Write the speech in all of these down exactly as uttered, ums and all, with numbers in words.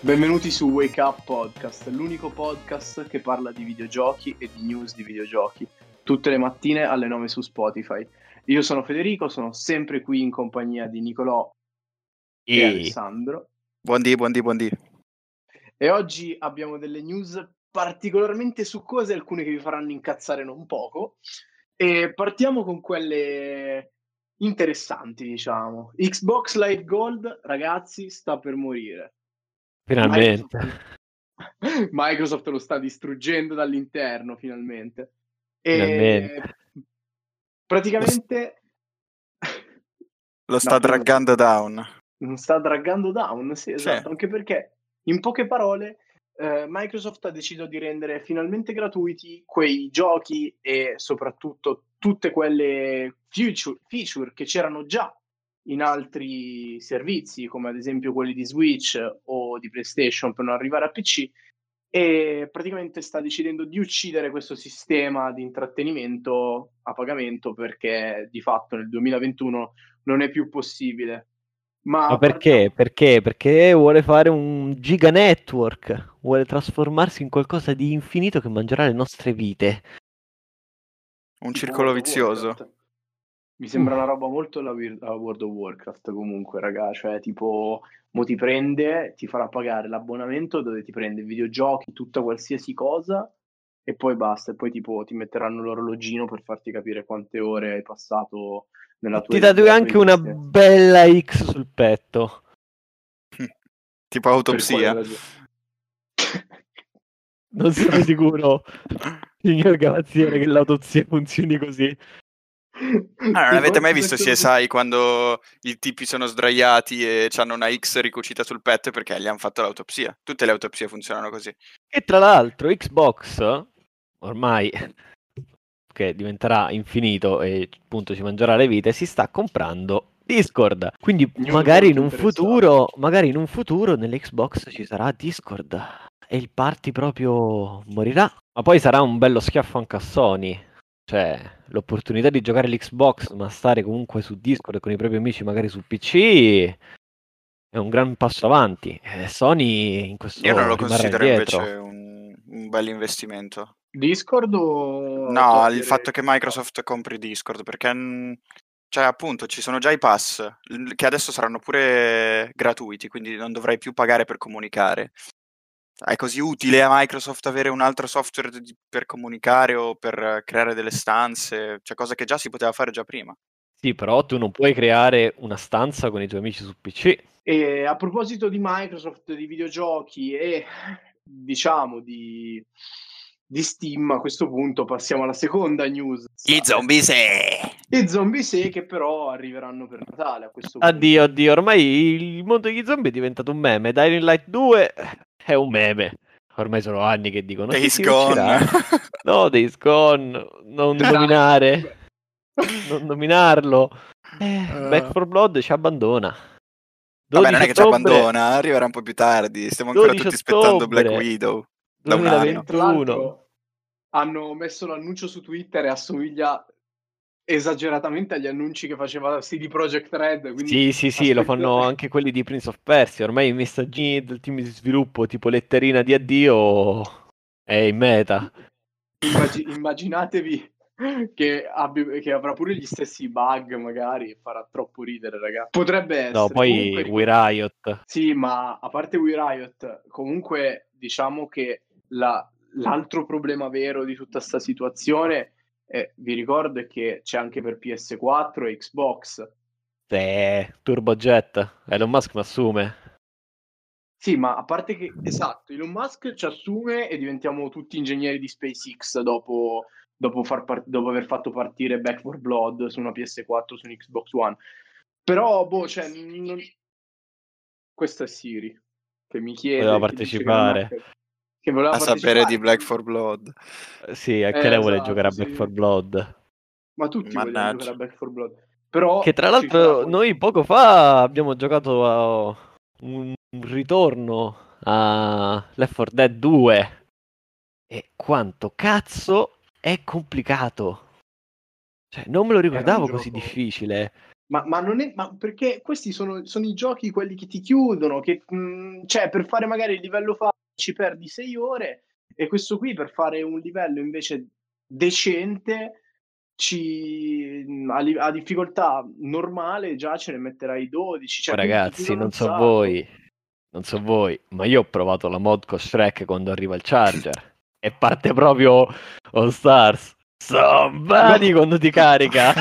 Benvenuti su Wake Up Podcast, l'unico podcast che parla di videogiochi e di news di videogiochi, tutte le mattine alle nove su Spotify. Io sono Federico, sono sempre qui in compagnia di Nicolò e, e Alessandro. Buondì, buondì, buondì. E oggi abbiamo delle news particolarmente succose, alcune che vi faranno incazzare non poco. E partiamo con quelle interessanti, diciamo. Xbox Live Gold, ragazzi, sta per morire. Finalmente. Microsoft, Microsoft lo sta distruggendo dall'interno, finalmente. E Finalmente. praticamente lo sta no, draggando down. Non sta draggando down, sì, esatto, sì. Anche perché, in poche parole, eh, Microsoft ha deciso di rendere finalmente gratuiti quei giochi e soprattutto tutte quelle feature, feature che c'erano già in altri servizi, come ad esempio quelli di Switch o di PlayStation, per non arrivare a P C, e praticamente sta decidendo di uccidere questo sistema di intrattenimento a pagamento, perché di fatto nel duemilaventuno non è più possibile. Ma, Ma perché? Partiamo... Perché? Perché vuole fare un giga network, vuole trasformarsi in qualcosa di infinito che mangerà le nostre vite. Un tipo circolo vizioso. Warcraft. Mi sembra uh. una roba molto la World of Warcraft comunque, raga, cioè tipo mo ti prende, ti farà pagare l'abbonamento dove ti prende videogiochi, tutta qualsiasi cosa e poi basta, e poi tipo ti metteranno l'orologino per farti capire quante ore hai passato nella tua vita. Ti dà anche una bella X sul petto. Tipo autopsia. Non sono sicuro, signor Cavazziere, che l'autopsia funzioni così. Ah, non avete mai visto C S I quando i tipi sono sdraiati e hanno una X ricucita sul petto perché gli hanno fatto l'autopsia? Tutte le autopsie funzionano così. E tra l'altro Xbox ormai, che diventerà infinito e appunto ci mangerà le vite, si sta comprando Discord. Quindi magari in un futuro, magari in un futuro nell'Xbox ci sarà Discord e il party proprio morirà. Ma poi sarà un bello schiaffo anche a Sony. Cioè, l'opportunità di giocare l'Xbox ma stare comunque su Discord con i propri amici magari su P C è un gran passo avanti. Eh, Sony in questo io non lo considero indietro. invece un, un bel investimento. Discord o no, togliere... il fatto che Microsoft compri Discord, perché cioè appunto ci sono già i pass che adesso saranno pure gratuiti, quindi non dovrai più pagare per comunicare. È così utile a Microsoft avere un altro software per comunicare o per creare delle stanze, cioè cosa che già si poteva fare già prima. Sì, però tu non puoi creare una stanza con i tuoi amici su P C. E a proposito di Microsoft, di videogiochi e diciamo di, di Steam, a questo punto passiamo alla seconda news. I zombie sei! I zombie sei che però arriveranno per Natale a questo punto. Addio, addio, ormai il mondo degli zombie è diventato un meme. Dying Light due è un meme. Ormai sono anni che dicono Days sì, Gone. No, Days Gone, non nominare, non nominarlo. Eh, uh... Back four Blood ci abbandona. Vabbè, non è che ci abbandona, arriverà un po' più tardi. Stiamo ancora tutti aspettando Black Widow. Da un anno. Tra l'altro hanno messo l'annuncio su Twitter e assomiglia esageratamente agli annunci che faceva C D Projekt Red. Sì, sì, sì, aspetta... lo fanno anche quelli di Prince of Persia. Ormai i messaggini del team di sviluppo, tipo letterina di addio, è in meta. Immag- immaginatevi che, abbia, che avrà pure gli stessi bug, magari farà troppo ridere, ragazzi. Potrebbe essere. No, poi comunque, We Riot. Sì, ma a parte We Riot, comunque diciamo che la, l'altro problema vero di tutta questa situazione, eh, vi ricordo, è che c'è anche per P S quattro e Xbox. Eh, Turbojet, Elon Musk mi assume. Sì, ma a parte che, esatto, Elon Musk ci assume e diventiamo tutti ingegneri di SpaceX dopo, dopo, far part- dopo aver fatto partire Back four Blood su una P S quattro, su un Xbox One. Però, boh, cioè... Non... Questo è Siri, che mi chiede... Voleva partecipare. Che, che voleva a sapere di Back four Blood. Sì, è che eh, lei vuole esatto, giocare a sì. Back four Blood. Ma tutti Mannaggia. vogliono giocare a Back four Blood. Però che tra l'altro noi poco fa abbiamo giocato a un ritorno a Left four Dead due e quanto cazzo è complicato. Cioè, non me lo ricordavo così gioco... difficile. Ma, ma non è, ma perché questi sono, sono i giochi quelli che ti chiudono, che mh, cioè per fare magari il livello facile ci perdi sei ore, e questo qui per fare un livello invece decente ci, a, li- a difficoltà normale già ce ne metterai dodici, Oh, cioè quindi ti ragazzi, chiudono non un so sacco. voi, non so voi, ma io ho provato la mod con Shrek quando arriva il Charger e parte proprio All Stars. Somebody No. quando ti carica.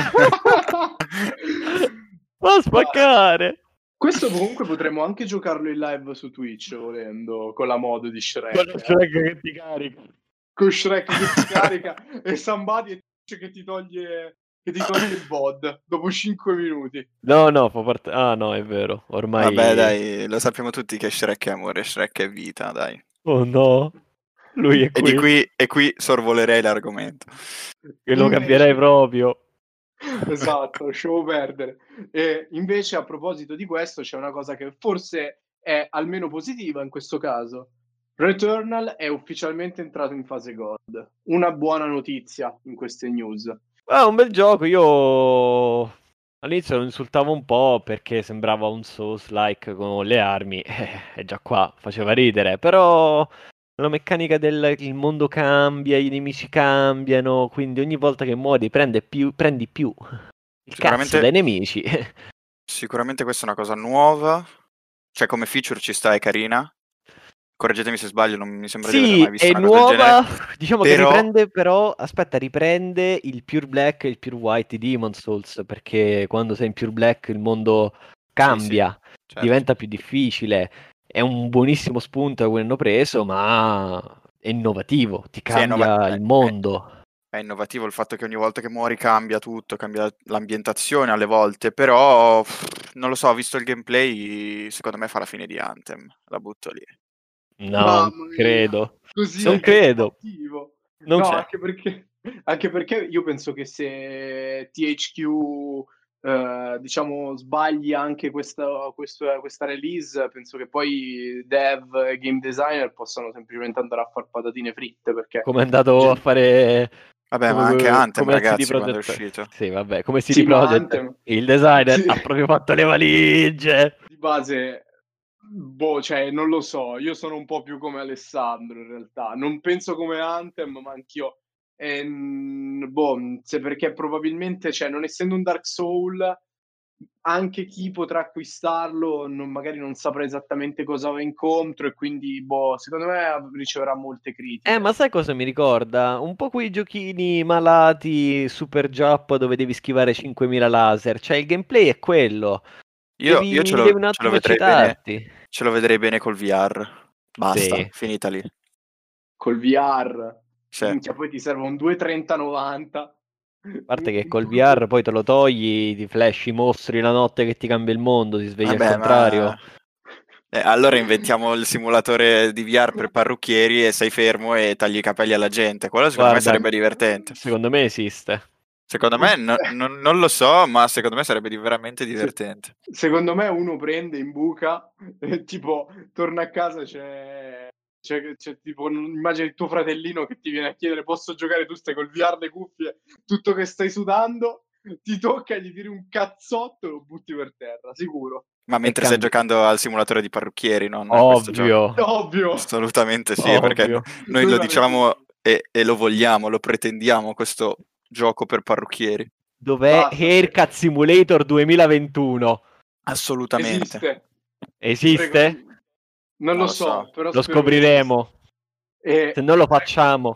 Va a Guarda, spaccare. questo comunque potremmo anche giocarlo in live su Twitch volendo, con la mod di Shrek. Quello eh. Shrek che ti carica. Con Shrek che ti carica e Somebody che ti toglie, che ti toglie il bod dopo cinque minuti. No, no, fa parte... Ah, no, è vero. Vabbè, Ormai... dai, lo sappiamo tutti che Shrek è amore, Shrek è vita, dai. Oh no, lui è E di qui. qui, e qui sorvolerei l'argomento. Che lo Invece- cambierei proprio. Esatto, lasciamo perdere. E invece a proposito di questo c'è una cosa che forse è almeno positiva in questo caso. Returnal è ufficialmente entrato in fase Gold. Una buona notizia in queste news. Ah, un bel gioco, io all'inizio lo insultavo un po' perché sembrava un Souls-like con le armi, eh, e già qua faceva ridere, però la meccanica del il mondo cambia, i nemici cambiano, quindi ogni volta che muori prende più, prendi più il cazzo Sicuramente, dai nemici. sicuramente questa è una cosa nuova, cioè come feature ci sta, è carina. Correggetemi se sbaglio, non mi sembra di aver mai Sì, visto è una cosa del genere. nuova, diciamo che Però, riprende però, aspetta, riprende il Pure Black e il Pure White di Demon's Souls, perché quando sei in Pure Black il mondo cambia, sì, sì, certo. diventa più difficile, è un buonissimo spunto che hanno preso, ma è innovativo, ti Sì, è cambia innova- il è- mondo. È innovativo il fatto che ogni volta che muori cambia tutto, cambia l'ambientazione alle volte, però pff, non lo so, visto il gameplay, secondo me fa la fine di Anthem, la butto lì. No, Mamma non mia, credo, così non è credo, cattivo. non No, Cioè, anche perché, anche perché io penso che se T H Q eh, diciamo sbagli anche questa, questa, questa release, penso che poi dev e game designer possano semplicemente andare a fare patatine fritte, perché come è andato a gen- fare... vabbè, ma anche Come, Anthem, come a C D ragazzi, quando è Projekt. uscito. Sì, vabbè, come C D sì, ma Projekt, Anthem il designer sì, ha proprio fatto le valigie. di base, boh, cioè, non lo so, io sono un po' più come Alessandro in realtà, non penso come Anthem, ma anch'io, ehm, boh, se perché probabilmente, cioè, non essendo un Dark Soul, anche chi potrà acquistarlo non- magari non saprà esattamente cosa va incontro, e quindi, boh, secondo me riceverà molte critiche. Eh, ma sai cosa mi ricorda? Un po' quei giochini malati super jump dove devi schivare cinquemila laser. Cioè, il gameplay è quello. Io, io ce Devi, lo, devi un ce lo attimo vedrei bene, eccitarti. ce lo vedrei bene col V R. Basta, Sì. finita lì. Col V R, Sì. minchia, poi ti serve un due trenta novanta. A parte che col V R poi te lo togli, ti flash i mostri la notte che ti cambia il mondo, ti svegli al Vabbè, contrario. ma eh, allora inventiamo il simulatore di V R per parrucchieri e sei fermo e tagli i capelli alla gente. Quello secondo me Guarda, sarebbe divertente. secondo me esiste. Secondo me no- non non lo so, ma secondo me sarebbe di- veramente Se- divertente. secondo me uno prende in buca e tipo torna a casa, c'è, c'è, c'è tipo, immagina il tuo fratellino che ti viene a chiedere posso giocare, tu stai col V R, le cuffie, tutto che stai sudando, ti tocca, gli tiri un cazzotto e lo butti per terra, sicuro. Ma E mentre stai cambi. giocando al simulatore di parrucchieri, non a questo gioco. Ovvio, Ovvio. Assolutamente sì, perché ovvio. noi Noi lo l'avete- diciamo e, e lo vogliamo, lo pretendiamo questo gioco per parrucchieri. Dov'è Basta, Haircut Simulator duemilaventuno? Assolutamente. esiste. Esiste? Non Non lo lo so, so. però Lo spero che scopriremo. esista. Se E non lo facciamo.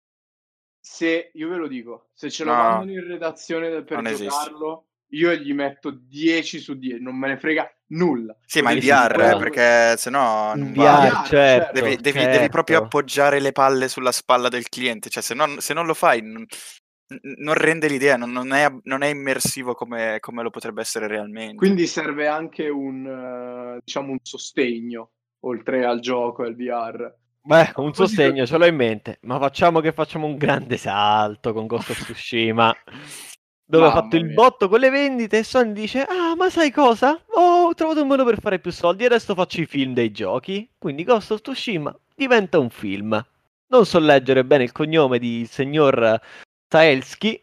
se io ve lo dico, se ce lo No, mandano in redazione per non esiste. giocarlo, io gli metto dieci su dieci, non me ne frega nulla. Sì, ma in Potete V R, fare eh, quello che- perché sennò In non V vale. R, V R, certo. Devi, devi- certo. devi proprio appoggiare le palle sulla spalla del cliente, cioè se non, se non lo fai non, non rende l'idea, non, non è, non è immersivo come, come lo potrebbe essere realmente. Quindi serve anche un, eh, diciamo, un sostegno, oltre al gioco e al V R. Beh, A un proposito- sostegno ce l'ho in mente, ma facciamo che facciamo un grande salto con Ghost of Tsushima, dove ha Mamma fatto il mia. botto con le vendite e Sony dice, ah, ma sai cosa? Ho trovato un modo per fare più soldi, adesso faccio i film dei giochi. Quindi Ghost of Tsushima diventa un film. Non so leggere bene il cognome di signor Stahelski,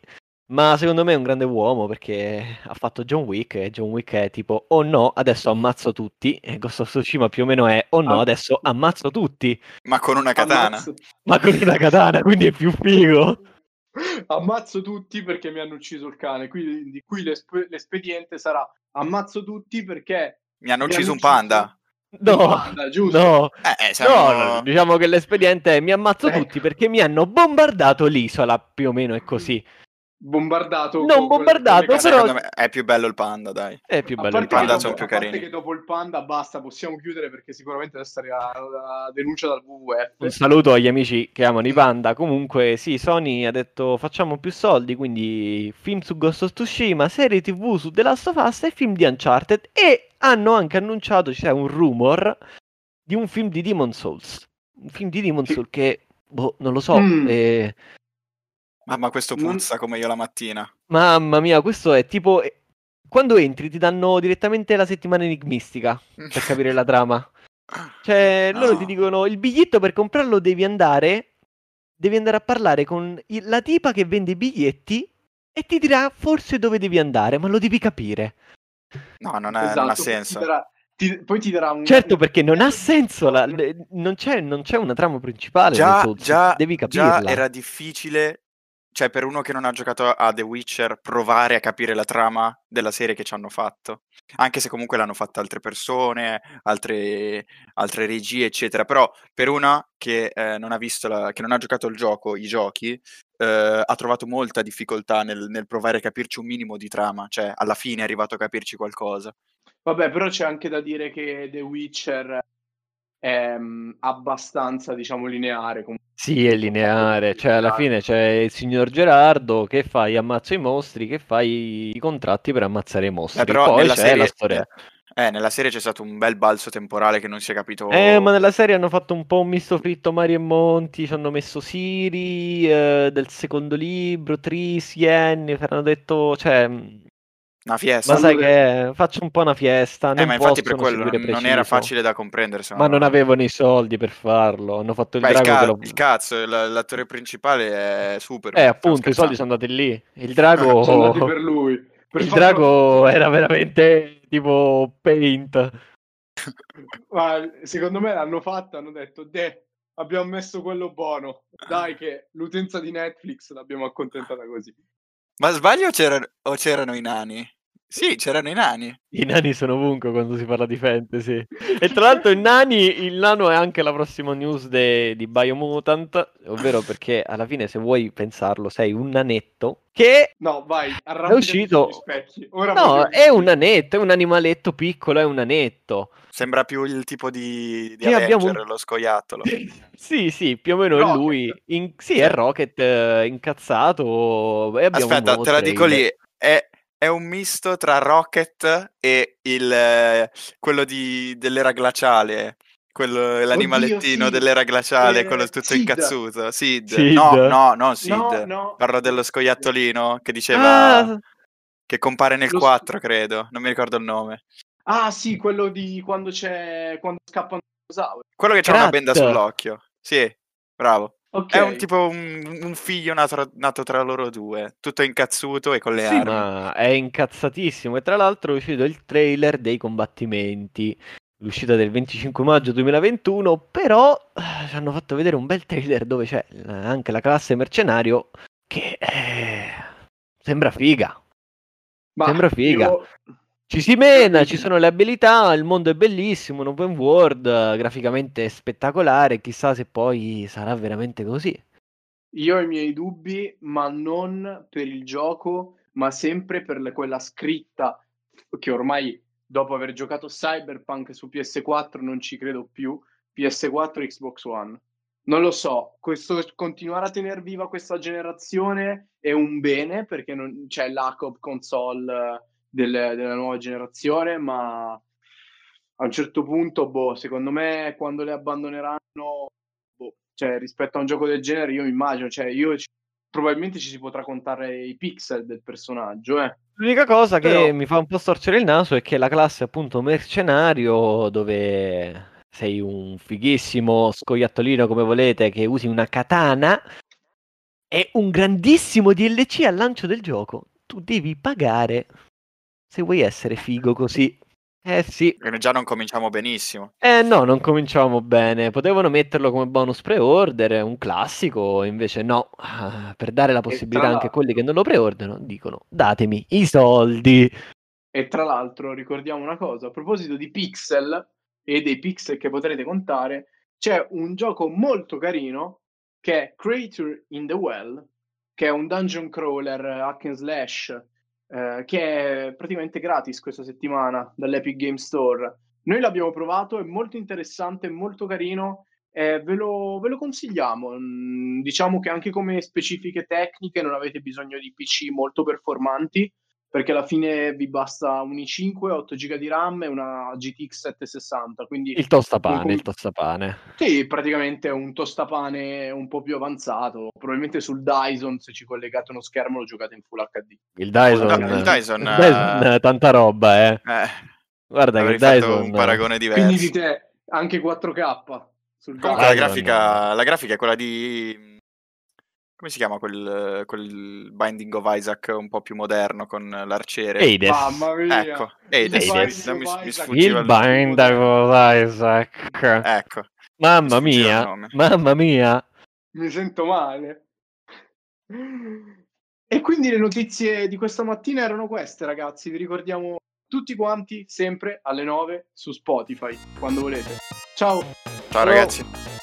Ma secondo me è un grande uomo perché ha fatto John Wick e John Wick è tipo oh no, adesso ammazzo tutti e Ghost of Tsushima più o meno è oh no, Am- adesso ammazzo tutti Ma con una katana. Ammazzo... ma con una katana, quindi è più figo. Ammazzo tutti perché mi hanno ucciso il cane, quindi qui l'esp- l'espediente sarà ammazzo tutti perché Mi hanno mi ucciso hanno un panda. ucciso No, un panda, giusto? no, Eh, eh, no, siamo... diciamo che l'espediente è mi ammazzo Ecco. tutti perché mi hanno bombardato l'isola, più o meno è così. Bombardato Non co- con, le- con le bombardato, katane. però Secondo me è più bello il panda, dai. è più A bello il parte, che panda panda. sono dopo, più a parte carini. che dopo il panda basta, possiamo chiudere perché sicuramente adesso arriva la denuncia dal W W F. Un saluto agli amici che amano i panda. Comunque, sì, Sony ha detto facciamo più soldi, quindi film su Ghost of Tsushima, serie tivù su The Last of Us e film di Uncharted. E hanno anche annunciato, c'è un rumor di un film di Demon Souls. Un film di Demon Che- Souls che, boh, non lo so. Mm. eh, Mamma, questo Non- puzza come io la mattina. Mamma mia, questo è tipo... eh, Quando entri ti danno direttamente la settimana enigmistica per capire la trama. Cioè, loro ti No. dicono il biglietto per comprarlo devi andare. Devi andare a parlare con il- la tipa che vende i biglietti e ti dirà forse dove devi andare, ma lo devi capire. No, non, è- Esatto, non ha poi senso. Ti darà, ti- poi ti darà un... Certo, un- perché non ha un- senso, la- le- non, c'è, non c'è una trama principale nei Già, Souls, già, devi già capirla. era difficile, cioè per uno che non ha giocato a The Witcher, provare a capire la trama della serie che ci hanno fatto. Anche se comunque l'hanno fatta altre persone, altre, altre regie, eccetera. Però per una che eh, non ha visto la, che non ha giocato il gioco, i giochi, eh, ha trovato molta difficoltà nel, nel provare a capirci un minimo di trama. Cioè, alla fine è arrivato a capirci qualcosa. Vabbè, però c'è anche da dire che The Witcher è mm, abbastanza, diciamo, lineare. comunque. Sì, è lineare, cioè alla fine c'è il signor Gerardo che fai ammazza i mostri, che fai i contratti per ammazzare i mostri. Eh, però Poi nella c'è serie, la storia. eh, nella serie c'è stato un bel balzo temporale che non si è capito. Eh, ma nella serie hanno fatto un po' un misto fritto Mario e Monti, ci hanno messo Siri eh, del secondo libro, Tris, Yennefer, hanno detto, cioè, Una fiesta. ma sai Hanno che faccio un po' una fiesta, Eh, non ma infatti per possono quello seguire non, non era preciso. facile da comprendere. Ma non Sono... avevano i soldi per farlo, hanno fatto il Beh, il, drago che ca- lo... il cazzo, l- l'attore principale è super. Eh, Stiamo appunto, i soldi scherzando. sono andati lì. Il sono andati drago... per lui. Per Il farlo- drago era veramente tipo Paint. Ma secondo me l'hanno fatto, hanno detto, "De, abbiamo messo quello buono. Dai che l'utenza di Netflix l'abbiamo accontentata così." Ma sbaglio o c'erano, o c'erano i nani? Sì, c'erano i nani. I nani sono ovunque quando si parla di fantasy. E tra l'altro il, nani, il nano è anche la prossima news de- di Biomutant, ovvero perché alla fine se vuoi pensarlo sei un nanetto che No, vai, è arrampicati uscito... sugli specchi. Ora No, voglio è un vedere. nanetto, è un animaletto piccolo, è un nanetto. Sembra più il tipo di, di Che abbiamo Avenger, un- lo scoiattolo. Sì, sì, più o meno è Rocket. lui. In- Sì, Sì. è Rocket eh, incazzato e abbiamo un Aspetta, nuovo te la dico trailer. lì. È, è un misto tra Rocket e il, eh, quello di, dell'era glaciale. Quello, l'animalettino sì. dell'era glaciale, Eh, quello tutto Sid. incazzuto. Sid. Sid. No, no, non Sid. No, no. Parlo dello scoiattolino che diceva Ah, che compare nel Lo sc- quattro, credo. Non mi ricordo il nome. Ah, sì, quello di quando c'è quando scappano i dinosauri. Quello che c'ha una Krat. benda sull'occhio. Sì, bravo. Ok. È un tipo un, un figlio nato, nato tra loro due, tutto incazzuto e con le Sì, armi. ma è incazzatissimo. E tra l'altro è uscito il trailer dei combattimenti. L'uscita del venticinque maggio duemilaventuno. Però eh, ci hanno fatto vedere un bel trailer dove c'è eh, anche la classe mercenario. Che eh, sembra figa. Ma Sembra figa. io- Ci si mena, ci sono le abilità, il mondo è bellissimo, un open world, eh, graficamente spettacolare. Chissà se poi sarà veramente così. Io ho i miei dubbi, ma non per il gioco, ma sempre per le- quella scritta che ormai, dopo aver giocato Cyberpunk su P S quattro, non ci credo più. P S quattro, Xbox One. Non lo so, questo, continuare a tenere viva questa generazione è un bene, perché non c'è lack of console eh, del- della nuova generazione, ma a un certo punto, boh, secondo me quando le abbandoneranno, boh, cioè rispetto a un gioco del genere, io mi immagino, cioè io ci- probabilmente ci si potrà contare i pixel del personaggio, eh. L'unica cosa che Però- mi fa un po' storcere il naso è che la classe appunto mercenario, dove sei un fighissimo scoiattolino come volete, che usi una katana, è un grandissimo D L C al lancio del gioco. Tu devi pagare se vuoi essere figo così. Eh sì. Già non cominciamo benissimo. Eh no, non cominciamo bene. Potevano metterlo come bonus pre-order, un classico, invece no. Ah, per dare la possibilità anche a quelli che non lo pre-orderano, dicono datemi i soldi. E tra l'altro ricordiamo una cosa, a proposito di pixel e dei pixel che potrete contare, c'è un gioco molto carino che è Creature in the Well, che è un dungeon crawler hack and slash, eh, che è praticamente gratis questa settimana dall'Epic Game Store. Noi l'abbiamo provato, è molto interessante, molto carino, eh, ve, lo, ve lo consigliamo. Mm, diciamo che anche come specifiche tecniche non avete bisogno di P C molto performanti, perché alla fine vi basta un i cinque, otto giga di RAM e una G T X settecentosessanta. Quindi il tostapane, com- il tostapane. Sì, praticamente è un tostapane un po' più avanzato. Probabilmente sul Dyson, se ci collegate uno schermo, lo giocate in Full H D. Il Dyson, il Dyson, il Dyson uh... tanta roba, eh. eh. Guarda avrei che Dyson... fatto un paragone diverso. Quindi dite anche quattro K. Sul Comunque la grafica, la grafica è quella di... come si chiama quel, quel Binding of Isaac un po' più moderno con l'arciere? Hades. Mamma mia. Ecco, Hades. Hades. Non mi, mi il sfuggiva il Binding of Isaac. Ecco. Mamma mia, mamma mia. Mi sento male. E quindi le notizie di questa mattina erano queste, ragazzi. Vi ricordiamo tutti quanti sempre alle nove su Spotify, quando volete. Ciao. Ciao ragazzi.